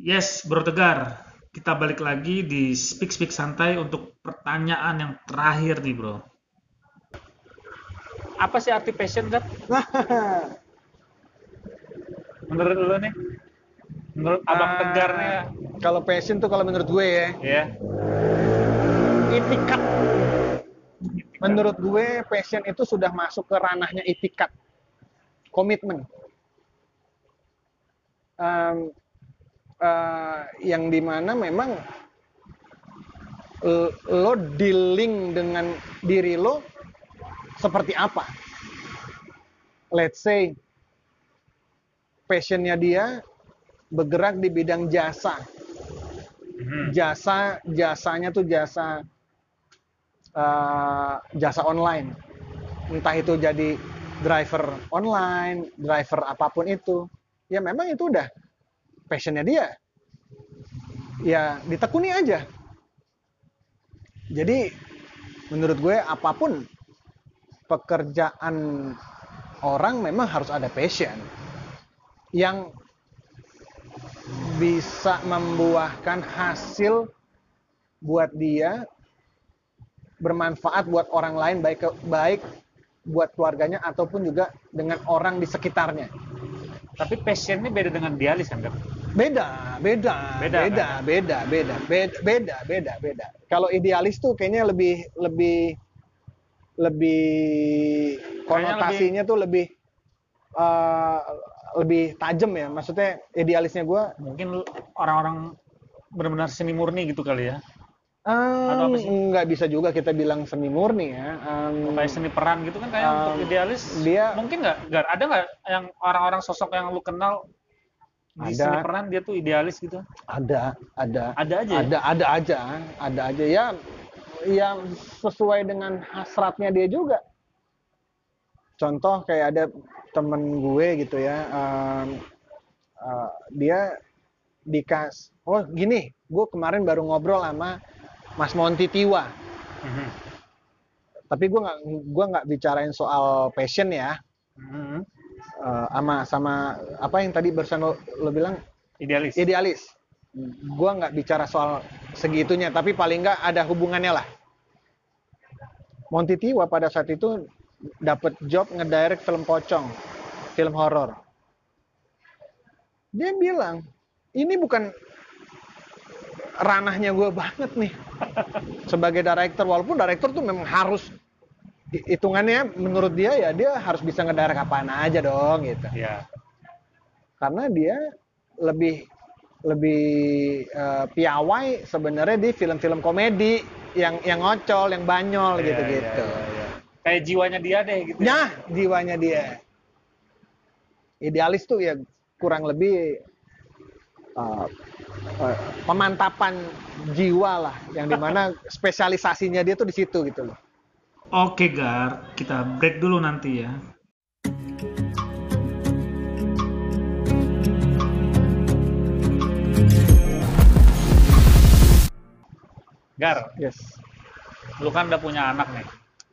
Yes, Bro Tegar. Kita balik lagi di Speak Speak Santai untuk pertanyaan yang terakhir nih, Bro. Apa sih arti passion, Gap? Menurut lu nih? Menurut Abang Tegar nih ya? Kalau passion tuh kalau menurut gue ya, Ya. itikat. Menurut gue passion itu sudah masuk ke ranahnya itikat, komitmen. Em, yang dimana memang lo dealing dengan diri lo seperti apa. Let's say passionnya dia bergerak di bidang jasa. Jasanya tuh jasa online, entah itu jadi driver online, driver apapun itu, ya memang itu udah passionnya dia, ya ditekuni aja. Jadi menurut gue apapun pekerjaan orang memang harus ada passion yang bisa membuahkan hasil buat dia, bermanfaat buat orang lain, baik buat keluarganya ataupun juga dengan orang di sekitarnya. Tapi passion ini beda dengan dialis kan, Gap? Beda. Kalau idealis tuh kayaknya lebih konotasinya tuh uh, lebih tajam ya. Maksudnya idealisnya gue Mungkin orang-orang benar-benar seni murni gitu kali ya? Atau apa sih? nggak bisa juga kita bilang seni murni ya. Kayak seni peran gitu kan kayak untuk idealis. dia- Mungkin nggak? Ada nggak yang orang-orang sosok yang lu kenal di seni Ada. peran dia tuh idealis gitu? Ada Ada aja ya? ada aja ya, yang sesuai dengan hasratnya dia juga. Contoh kayak ada temen gue gitu ya, dia gini, gue kemarin baru ngobrol sama Mas Monty Tiwa, Mhm. tapi gue nggak bicarain soal passion ya. Mhm. Sama apa yang tadi barusan lo bilang Idealis. idealis. Gue nggak bicara soal segitunya, tapi paling nggak ada hubungannya lah. Monty Tiwa pada saat itu dapat job ngedirect film pocong, film horor. Dia bilang, ini bukan ranahnya gue banget nih sebagai director, walaupun director tuh memang harus hitungannya menurut dia ya dia harus bisa ngedirect apaan aja dong gitu. Ya. Karena dia lebih piawai sebenarnya di film-film komedi yang ngocol, yang banyol gitu-gitu. Ya. Kayak jiwanya dia deh gitu. Nah, jiwanya dia. Idealis tuh ya kurang lebih pemantapan jiwa lah, yang dimana spesialisasinya dia tuh di situ gitu loh. Oke, Gar, kita break dulu nanti ya. Gar, Yes. lu kan udah punya anak nih.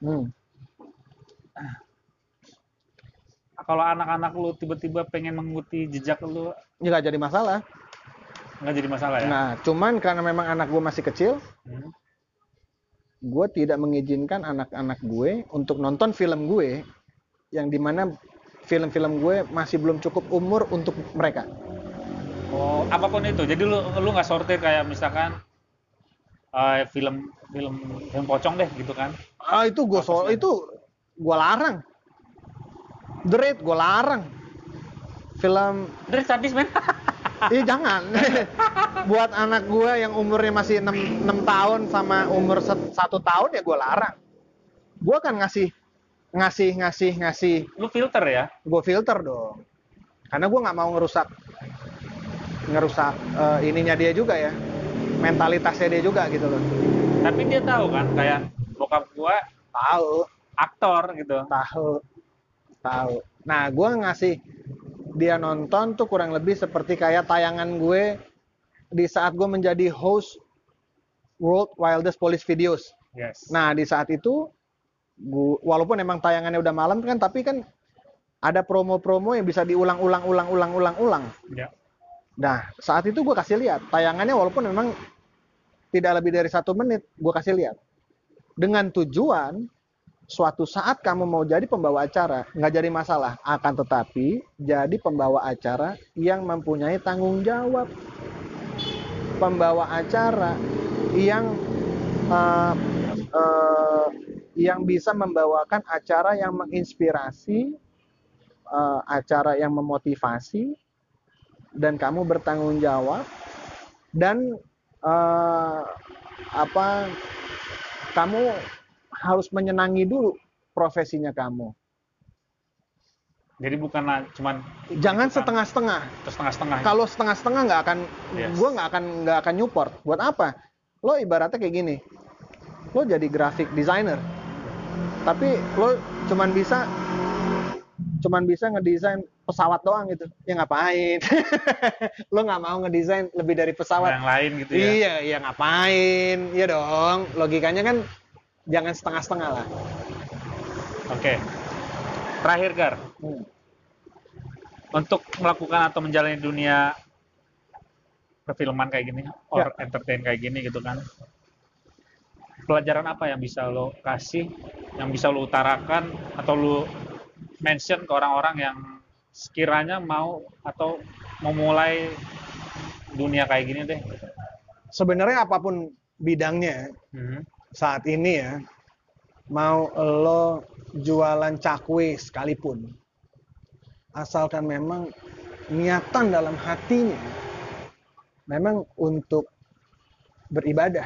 Kalau anak-anak lu tiba-tiba pengen mengikuti jejak lu, Ini nggak jadi masalah. nggak jadi masalah ya? Nah, cuman karena memang anak gue masih kecil, Hmm. gue tidak mengizinkan anak-anak gue untuk nonton film gue, yang dimana film-film gue masih belum cukup umur untuk mereka. Oh, apapun itu. Jadi lu nggak sortir kayak misalkan film film film pocong deh gitu kan? Itu gue larang. The Raid gue larang. Film Dari sadis men. jangan. Buat anak gue yang umurnya masih 6 tahun sama umur 1 tahun ya gue larang. Gue kan ngasih. Lu filter ya? Gue filter dong. Karena gue nggak mau ngerusak ininya dia juga ya. Mentalitasnya dia juga gitu loh. Tapi dia tahu kan kayak bokap gua Tahu. aktor gitu. Tahu. Nah, gue ngasih dia nonton tuh kurang lebih seperti kayak tayangan gue di saat gue menjadi host World Wildest Police Videos. Yes. Nah, di saat itu, walaupun emang tayangannya udah malam kan, tapi kan ada promo-promo yang bisa diulang-ulang. Ya. Nah, saat itu gue kasih lihat tayangannya, walaupun memang tidak lebih dari 1 menit, gue kasih lihat dengan tujuan suatu saat kamu mau jadi pembawa acara, nggak jadi masalah. Akan tetapi jadi pembawa acara yang mempunyai tanggung jawab, pembawa acara yang uh, uh, yang bisa membawakan acara yang menginspirasi, acara yang memotivasi, dan kamu bertanggung jawab, dan uh, apa kamu harus menyenangi dulu profesinya kamu. Jadi bukan cuman Jangan ikut-ikutan setengah-setengah. atau setengah-setengah. Kalau setengah-setengah nggak akan, Yes. gue nggak akan support. Buat apa? Lo ibaratnya kayak gini, lo jadi graphic designer, tapi lo cuman bisa ngedesain pesawat doang gitu. Ya ngapain? Lo nggak mau ngedesain lebih dari pesawat. Yang lain gitu ya. Iya, iya ngapain? Iya dong. Logikanya kan jangan setengah-setengah lah. Oke. Terakhir, Gar. Untuk melakukan atau menjalani dunia perfilman kayak gini, or entertain kayak gini gitu kan. Pelajaran apa yang bisa lo kasih, yang bisa lo utarakan, atau lo mention ke orang-orang yang sekiranya mau atau memulai dunia kayak gini deh? Sebenarnya apapun bidangnya saat ini ya, mau lo jualan cakwe sekalipun, asalkan memang niatan dalam hatinya memang untuk beribadah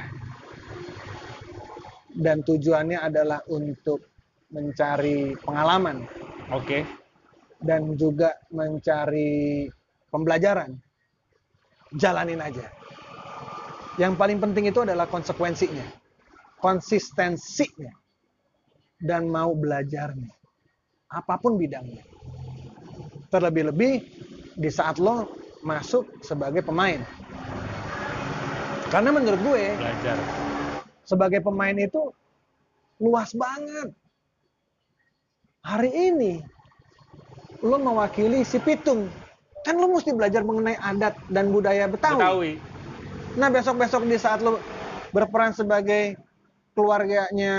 dan tujuannya adalah untuk mencari pengalaman, Oke. dan juga mencari pembelajaran, jalanin aja. Yang paling penting itu adalah konsekuensinya, konsistensinya, dan mau belajarnya, apapun bidangnya. Terlebih-lebih di saat lo masuk sebagai pemain. Karena menurut gue, Belajar. sebagai pemain itu luas banget. Hari ini lo mewakili si Pitung, kan lo mesti belajar mengenai adat dan budaya Betawi. Nah, besok-besok di saat lo berperan sebagai keluarganya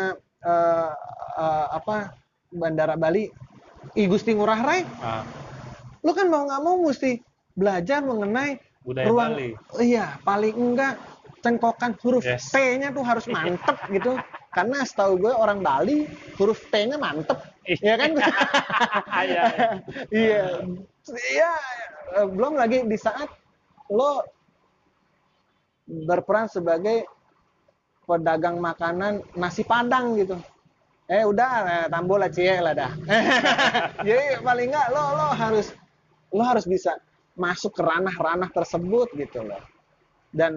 Bandara Bali, I Gusti Ngurah Rai, lo kan mau nggak mau mesti belajar mengenai budaya ruang Bali. Iya, paling enggak cengkokan huruf Yes. T-nya tuh harus mantep gitu. Karena setahu gue orang Bali huruf T-nya mantep, ya kan? Iya. Iya, iya. Belum lagi di saat lo berperan sebagai pedagang makanan nasi Padang gitu. Udah, tambah lah cie lah dah. Jadi paling enggak lo harus bisa masuk ke ranah-ranah tersebut gitu loh. Dan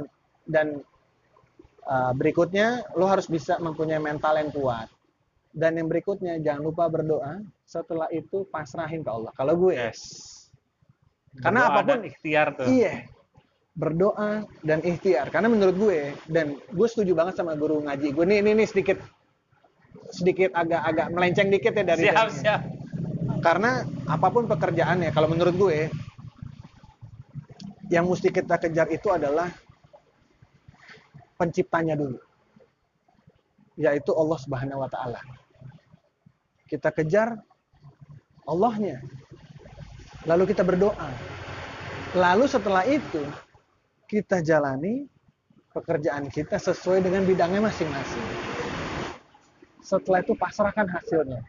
berikutnya lo harus bisa mempunyai mental yang kuat. Dan yang berikutnya jangan lupa berdoa. Setelah itu pasrahin ke Allah. Kalau gue, Yes. Karena Berdoa apapun, dan ikhtiar tuh. iya, berdoa dan ikhtiar. Karena menurut gue, dan gue setuju banget sama guru ngaji gue. Ini sedikit agak melenceng dikit ya dari Siap. Karena apapun pekerjaannya, kalau menurut gue, yang mesti kita kejar itu adalah penciptanya dulu, yaitu Allah Subhanahu wa Ta'ala. Kita kejar Allahnya, lalu kita berdoa, lalu setelah itu kita jalani pekerjaan kita sesuai dengan bidangnya masing-masing. Setelah itu pasrahkan hasilnya.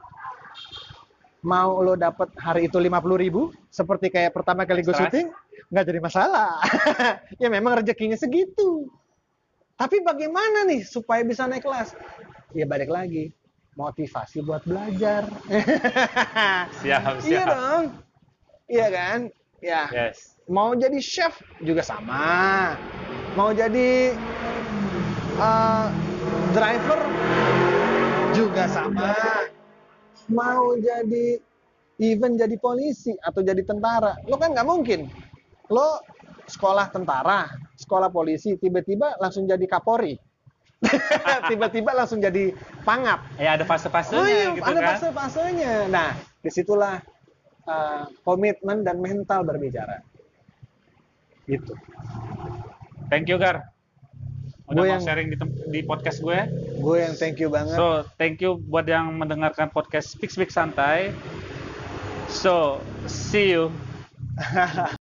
Mau lo dapat hari itu 50.000 seperti kayak pertama kali gue syuting, nggak jadi masalah. Ya memang rezekinya segitu. Tapi bagaimana nih supaya bisa naik kelas? Ya balik lagi, motivasi buat belajar. Siap. Iya dong. Iya kan? Ya. Yes. Mau jadi chef juga sama. Mau jadi driver juga sama. Mau jadi jadi polisi atau jadi tentara, lo kan nggak mungkin. Lo sekolah tentara, sekolah polisi, tiba-tiba langsung jadi Kapolri. Tiba-tiba langsung jadi pangap. Ya ada fase-fasenya gitu ada kan. fase-fasenya. Nah, disitulah komitmen dan mental berbicara. Gitu. Thank you Gar. Udah Gue mau yang sharing di podcast gue. thank you banget. So, thank you buat yang mendengarkan podcast Speak Speak Santai. So, see you.